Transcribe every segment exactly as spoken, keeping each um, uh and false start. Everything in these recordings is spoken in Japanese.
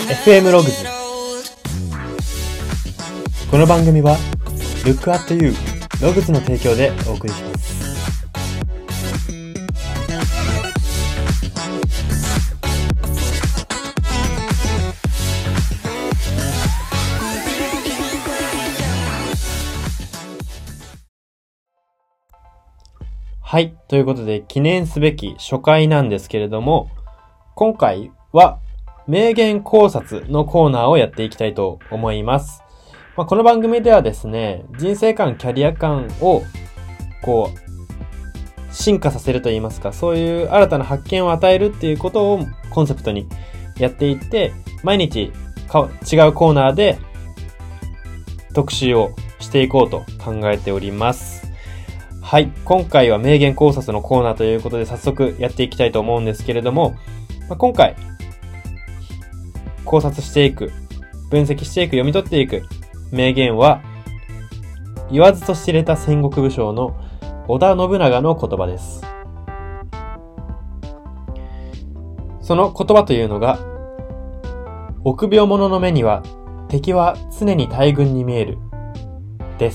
エフエム ログズ。この番組は Look at You ログズの提供でお送りします。はい。ということで、記念すべき初回なんですけれども、今回は名言考察のコーナーをやっていきたいと思います。まあ、この番組ではですね、人生観、キャリア観をこう進化させるといいますか、そういう新たな発見を与えるっていうことをコンセプトにやっていって、毎日か違うコーナーで特集をしていこうと考えております。はい。今回は名言考察のコーナーということで早速やっていきたいと思うんですけれども、まあ、今回考察していく、分析していく、読み取っていく名言は、言わずと知れた戦国武将の織田信長の言葉です。その言葉というのが、臆病者の目には敵は常に大軍に見えるです。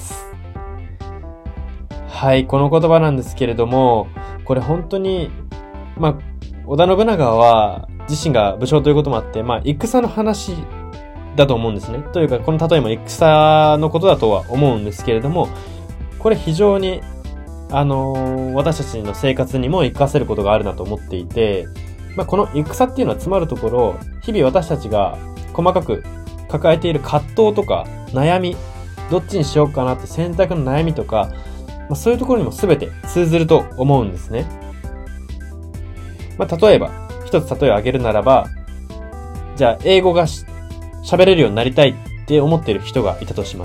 はい、この言葉なんですけれども、これ本当に、まあ、織田信長は自身が武将ということもあって、まあ、戦の話だと思うんですね。というか、この例えも戦のことだとは思うんですけれども、これ非常に、あのー、私たちの生活にも活かせることがあるなと思っていて、まあ、この戦っていうのはつまるところ、日々私たちが細かく抱えている葛藤とか悩み、どっちにしようかなって選択の悩みとか、まあ、そういうところにも全て通ずると思うんですね。まあ、例えば、一つ例えを挙げるならば、じゃあ、英語がし喋れるようになりたいって思っている人がいたとします。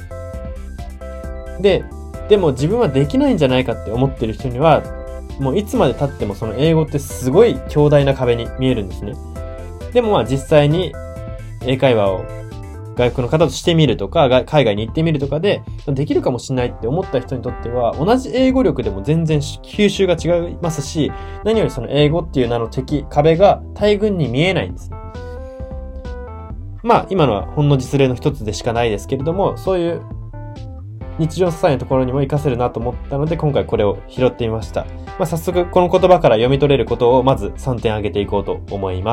で、でも自分はできないんじゃないかって思っている人には、もういつまで経ってもその英語ってすごい強大な壁に見えるんですね。でもまあ実際に英会話を外国の方としてみるとか、海外に行ってみるとかで、できるかもしれないって思った人にとっては、同じ英語力でも全然吸収が違いますし、何よりその英語っていう名の敵、壁が大軍に見えないんです。まあ、今のはほんの実例の一つでしかないですけれども、そういう日常些細なところにも活かせるなと思ったので、今回これを拾ってみました。まあ、早速この言葉から読み取れることをまずさんてん挙げていこうと思います。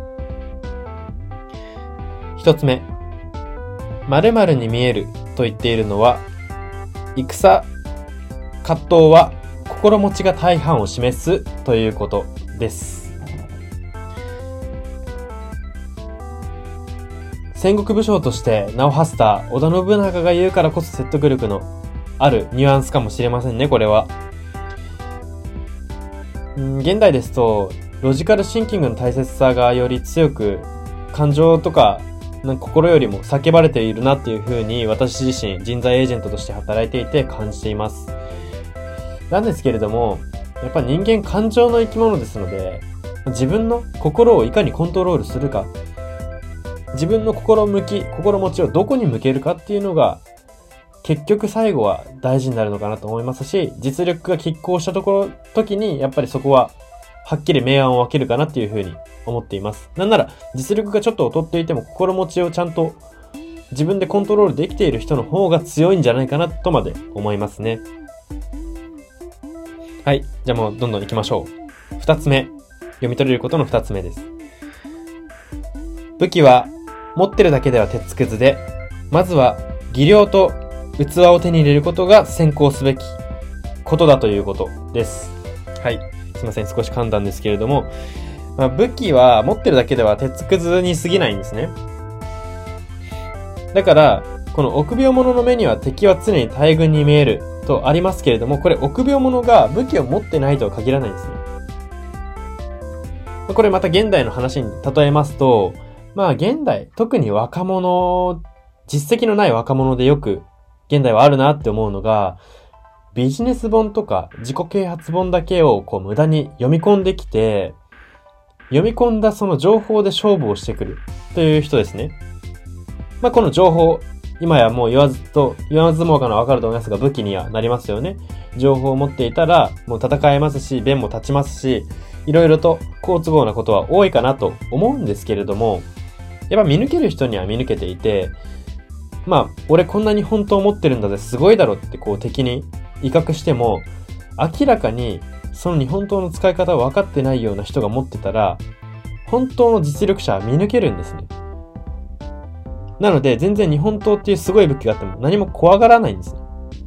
一つ目。〇〇に見えると言っているのは、戦、葛藤は心持ちが大半を示すということです。戦国武将として名を馳せた織田信長が言うからこそ説得力のあるニュアンスかもしれませんね、これは。ん現代ですと、ロジカルシンキングの大切さがより強く、感情とかなんか心よりも叫ばれているなっていう風に私自身人材エージェントとして働いていて感じています。なんですけれども、やっぱ人間感情の生き物ですので、自分の心をいかにコントロールするか、自分の心向き、心持ちをどこに向けるかっていうのが結局最後は大事になるのかなと思いますし、実力が拮抗したところ、時にやっぱりそこははっきり明暗を分けるかなっていう風に思っています。なんなら実力がちょっと劣っていても心持ちをちゃんと自分でコントロールできている人の方が強いんじゃないかなとまで思いますね。はい。じゃあもうどんどん行きましょう。二つ目。読み取れることの二つ目です。武器は持ってるだけでは鉄くずで、まずは技量と器を手に入れることが先行すべきことだということです。はい。すいません、少し噛んだんですけれども、まあ、武器は持ってるだけでは鉄くずに過ぎないんですね。だから、この臆病者の目には敵は常に大軍に見えるとありますけれども、これ臆病者が武器を持ってないとは限らないんですね。これまた現代の話に例えますと、まあ現代、特に若者、実績のない若者でよく現代はあるなって思うのが、ビジネス本とか自己啓発本だけをこう無駄に読み込んできて、読み込んだその情報で勝負をしてくるという人ですね。まあこの情報、 今やもう言わずと、言わずもがなわかると思いますが、武器にはなりますよね。情報を持っていたら、もう戦えますし、弁も立ちますし、いろいろと好都合なことは多いかなと思うんですけれども、やっぱ見抜ける人には見抜けていて、まあ、俺こんなに本当持ってるんだぜ、すごいだろってこう敵に威嚇しても、明らかにその日本刀の使い方を分かってないような人が持ってたら、本当の実力者は見抜けるんですね。なので、全然日本刀っていうすごい武器があっても何も怖がらないんですね。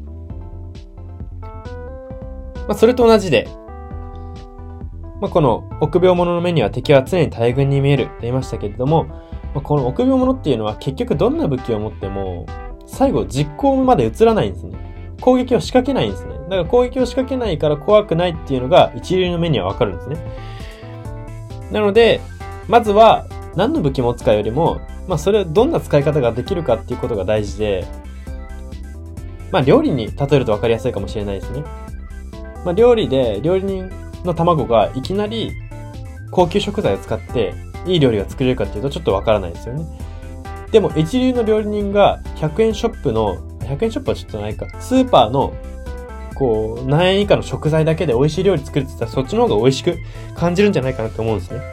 まあ、それと同じで、まあ、この臆病者の目には敵は常に大群に見えると言いましたけれども、まあ、この臆病者っていうのは結局どんな武器を持っても最後実行まで移らないんですね。攻撃を仕掛けないんですね。だから攻撃を仕掛けないから怖くないっていうのが一流の目にはわかるんですね。なので、まずは何の武器持つかよりも、まあそれをどんな使い方ができるかっていうことが大事で、まあ料理に例えるとわかりやすいかもしれないですね。まあ料理で料理人の卵がいきなり高級食材を使っていい料理が作れるかっていうとちょっとわからないですよね。でも一流の料理人がひゃくえんショップの、ひゃくえんショップはちょっとないか、スーパーのこう何円以下の食材だけで美味しい料理作るって言ったらそっちの方が美味しく感じるんじゃないかなって思うんですね。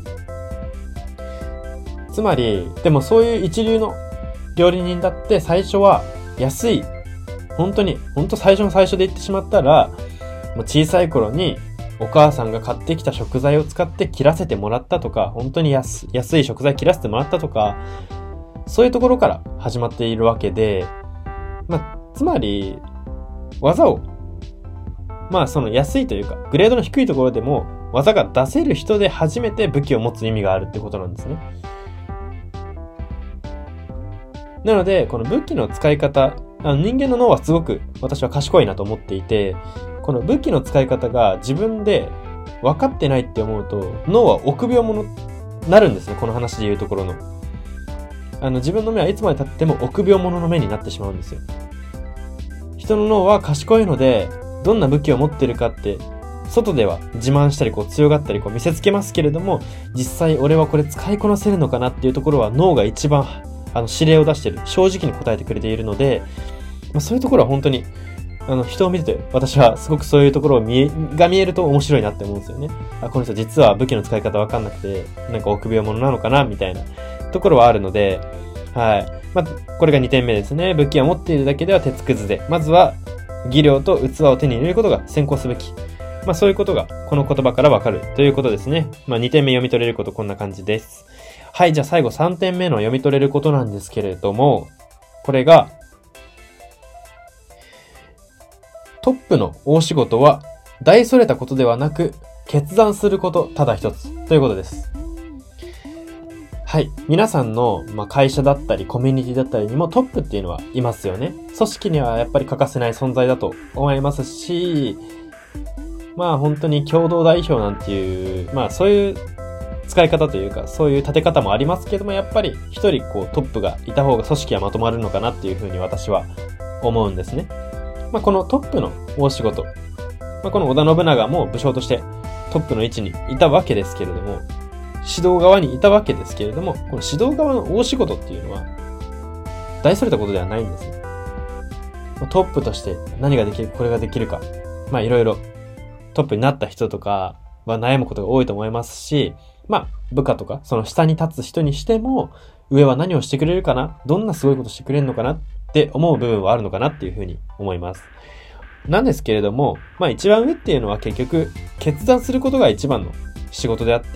つまり、でもそういう一流の料理人だって最初は安い、本当に、本当最初の最初で言ってしまったら、もう小さい頃にお母さんが買ってきた食材を使って切らせてもらったとか、本当に安、安い食材切らせてもらったとか、そういうところから始まっているわけで、まあ、つまり、技を、まあその安いというか、グレードの低いところでも技が出せる人で初めて武器を持つ意味があるってことなんですね。なので、この武器の使い方、あの人間の脳はすごく私は賢いなと思っていて、この武器の使い方が自分で分かってないって思うと、脳は臆病者になるんですね、この話で言うところの。あの自分の目はいつまで経っても臆病者の目になってしまうんですよ。人の脳は賢いので、どんな武器を持ってるかって、外では自慢したりこう強がったりこう見せつけますけれども、実際俺はこれ使いこなせるのかなっていうところは脳が一番あの指令を出している、正直に答えてくれているので、まあ、そういうところは本当にあの人を見てて私はすごくそういうところを見えが見えると面白いなって思うんですよね。あ、この人実は武器の使い方わかんなくてなんか臆病者なのかなみたいなところはあるので、はい。まあ、これがにてんめですね。武器を持っているだけでは鉄くずで、まずは技量と器を手に入れることが先行すべき。まあそういうことがこの言葉からわかるということですね。まあにてんめ読み取れることこんな感じです。はい、じゃあ最後さんてんめの読み取れることなんですけれども、これが、トップの大仕事は大それたことではなく、決断することただ一つということです。はい。皆さんの、まあ、会社だったりコミュニティだったりにもトップっていうのはいますよね。組織にはやっぱり欠かせない存在だと思いますし、まあ本当に共同代表なんていう、まあそういう使い方というか、そういう立て方もありますけども、やっぱり一人こうトップがいた方が組織はまとまるのかなっていうふうに私は思うんですね。まあこのトップの大仕事、まあこの織田信長も武将としてトップの位置にいたわけですけれども、指導側にいたわけですけれども、この指導側の大仕事っていうのは大それたことではないんですね。トップとして何ができる、これができるか、まあいろいろトップになった人とかは悩むことが多いと思いますし、まあ部下とかその下に立つ人にしても、上は何をしてくれるかな、どんなすごいことしてくれるのかなって思う部分はあるのかなっていうふうに思います。なんですけれども、まあ一番上っていうのは結局決断することが一番の仕事であって、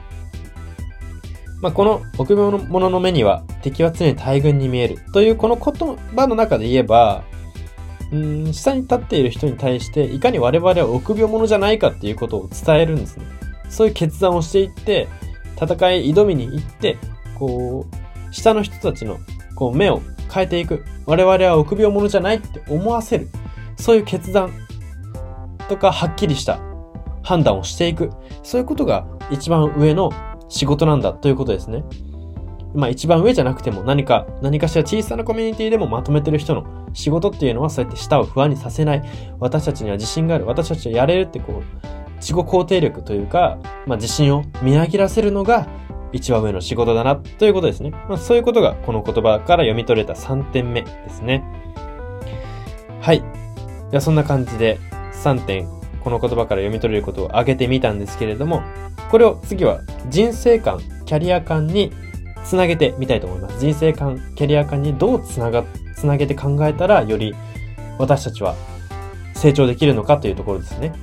まあ、この臆病者の目には敵は常に大群に見えるというこの言葉の中で言えば、うーん、下に立っている人に対していかに我々は臆病者じゃないかっていうことを伝えるんですね。そういう決断をしていって、戦い挑みに行って、こう、下の人たちのこう目を変えていく。我々は臆病者じゃないって思わせる。そういう決断とかはっきりした判断をしていく。そういうことが一番上の仕事なんだということですね。まあ一番上じゃなくても何か、何かしら小さなコミュニティでもまとめてる人の仕事っていうのはそうやって下を不安にさせない。私たちには自信がある。私たちはやれるってこう、自己肯定力というか、まあ自信をみなぎらせるのが一番上の仕事だなということですね。まあ、そういうことがこの言葉から読み取れたさんてんめですね。はい。ではそんな感じでさんてんこの言葉から読み取れることを挙げてみたんですけれども、これを次は人生観、キャリア観につなげてみたいと思います。人生観、キャリア観にどうつなが、つなげて考えたらより私たちは成長できるのかというところですね。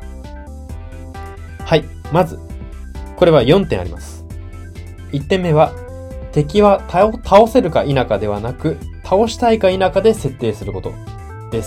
はい。まず、これはよんてんあります。いってんめは、敵は倒、倒せるか否かではなく、倒したいか否かで設定することです。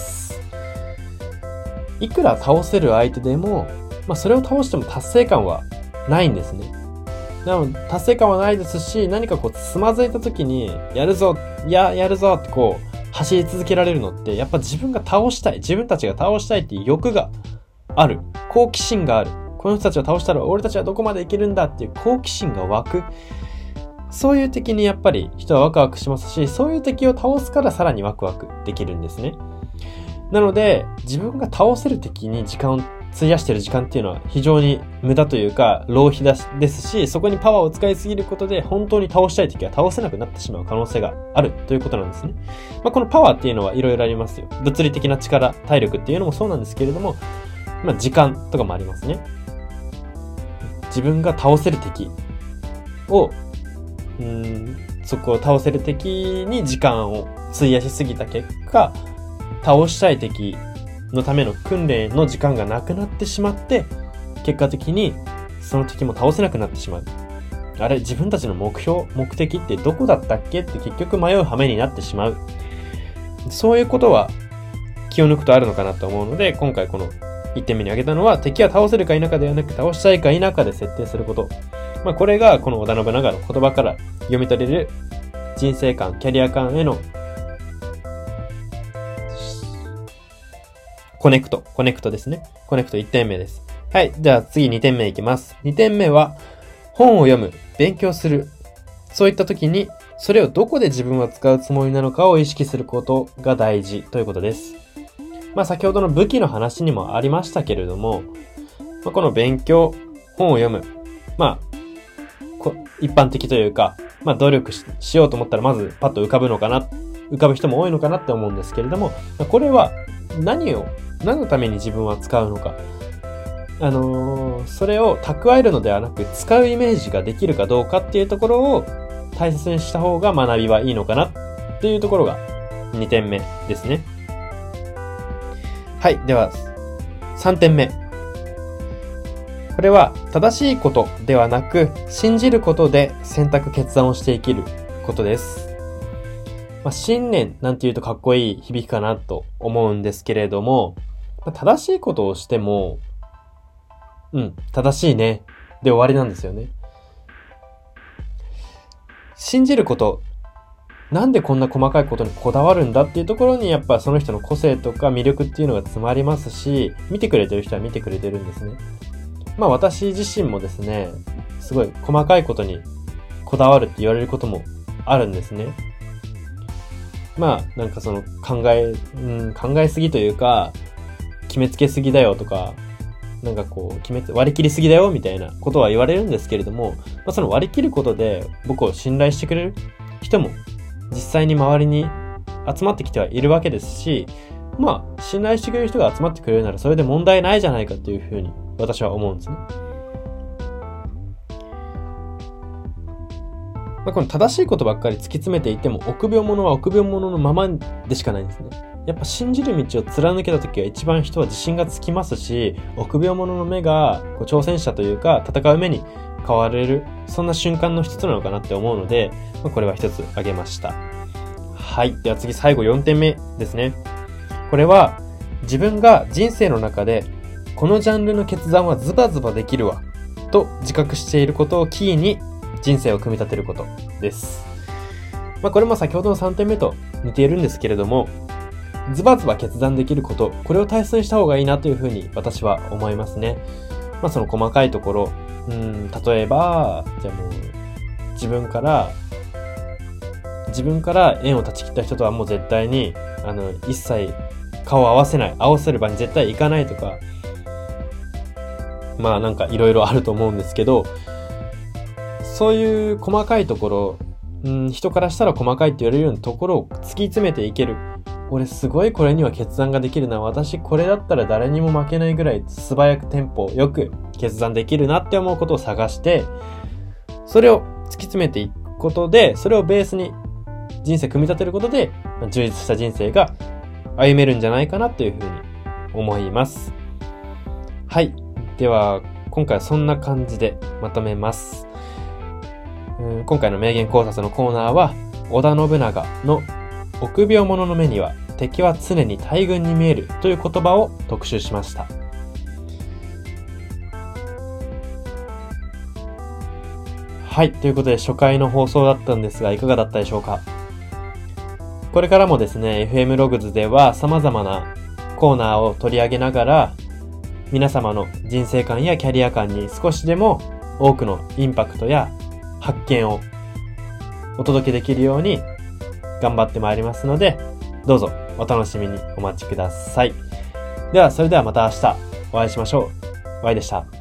いくら倒せる相手でも、まあそれを倒しても達成感はないんですね。なので達成感はないですし、何かこうつまずいた時に、やるぞ、いや、やるぞってこう、走り続けられるのって、やっぱ自分が倒したい、自分たちが倒したいっていう欲がある。好奇心がある。この人たちを倒したら俺たちはどこまでいけるんだっていう好奇心が湧く。そういう敵にやっぱり人はワクワクしますし、そういう敵を倒すからさらにワクワクできるんですね。なので、自分が倒せる敵に時間を費やしている時間っていうのは非常に無駄というか浪費ですし、そこにパワーを使いすぎることで本当に倒したい敵は倒せなくなってしまう可能性があるということなんですね。まあ、このパワーっていうのはいろいろありますよ。物理的な力、体力っていうのもそうなんですけれども、まあ、時間とかもありますね。自分が倒せる敵を、うーん、そこを倒せる敵に時間を費やしすぎた結果、倒したい敵のための訓練の時間がなくなってしまって、結果的にその敵も倒せなくなってしまう。あれ、自分たちの目標、目的ってどこだったっけって結局迷う羽目になってしまう。そういうことは気を抜くとあるのかなと思うので、今回このいってんめに挙げたのは、敵は倒せるか否かではなく倒したいか否かで設定すること。まあこれがこの織田信長の言葉から読み取れる人生観、キャリア観へのコネクト、コネクトですね。コネクトいってんめです。はい。じゃあ次にてんめいきます。にてんめは、本を読む、勉強する。そういった時に、それをどこで自分は使うつもりなのかを意識することが大事ということです。まあ先ほどの武器の話にもありましたけれども、まあ、この勉強、本を読む。まあ、こ一般的というか、まあ努力 し, しようと思ったらまずパッと浮かぶのかな、浮かぶ人も多いのかなって思うんですけれども、これは何を何のために自分は使うのか。あのー、それを蓄えるのではなく、使うイメージができるかどうかっていうところを大切にした方が学びはいいのかなっていうところがにてんめですね。はい。では、さんてんめ。これは正しいことではなく、信じることで選択決断をして生きることです。まあ、信念なんて言うとかっこいい響きかなと思うんですけれども、正しいことをしても、うん、正しいね、で終わりなんですよね。信じること、なんでこんな細かいことにこだわるんだっていうところにやっぱその人の個性とか魅力っていうのが詰まりますし、見てくれてる人は見てくれてるんですね。まあ私自身もですね、すごい細かいことにこだわるって言われることもあるんですね。まあなんかその考え、うん、考えすぎというか、決めつけすぎだよとか、なんかこう決めつ割り切りすぎだよみたいなことは言われるんですけれども、まあ、その割り切ることで僕を信頼してくれる人も実際に周りに集まってきてはいるわけですし、まあ信頼してくれる人が集まってくれるならそれで問題ないじゃないかというふうに私は思うんですね。まあ、この正しいことばっかり突き詰めていても臆病者は臆病者のままでしかないんですね。やっぱ信じる道を貫けた時は一番人は自信がつきますし、臆病者の目がこう挑戦者というか戦う目に変われる、そんな瞬間の一つなのかなって思うので、まあ、これは一つ挙げました。はい。では次最後よんてんめですね。これは自分が人生の中でこのジャンルの決断はズバズバできるわと自覚していることをキーに人生を組み立てることです。まあこれも先ほどのさんてんめと似ているんですけれども、ズバズバ決断できること、これを大切にした方がいいなというふうに私は思いますね。まあその細かいところ、うーん、例えば、じゃあもう自分から、自分から縁を断ち切った人とはもう絶対に、あの、一切顔を合わせない、合わせる場に絶対行かないとか、まあなんかいろいろあると思うんですけど、 そういう細かいところ、うん、人からしたら細かいって言われるようなところを突き詰めていける。俺すごいこれには決断ができるな。私これだったら誰にも負けないぐらい素早くテンポよく決断できるなって思うことを探して、それを突き詰めていくことで、それをベースに人生組み立てることで、充実した人生が歩めるんじゃないかなというふうに思います。はい。では、今回はそんな感じでまとめます。うん、今回の名言考察のコーナーは、織田信長の臆病者の目には敵は常に大軍に見えるという言葉を特集しました。はい。ということで初回の放送だったんですがいかがだったでしょうか。これからもですね、エフエム ログズでは様々なコーナーを取り上げながら皆様の人生観やキャリア観に少しでも多くのインパクトや発見をお届けできるように頑張ってまいりますので、どうぞお楽しみにお待ちください。では、それではまた明日お会いしましょう。ワイでした。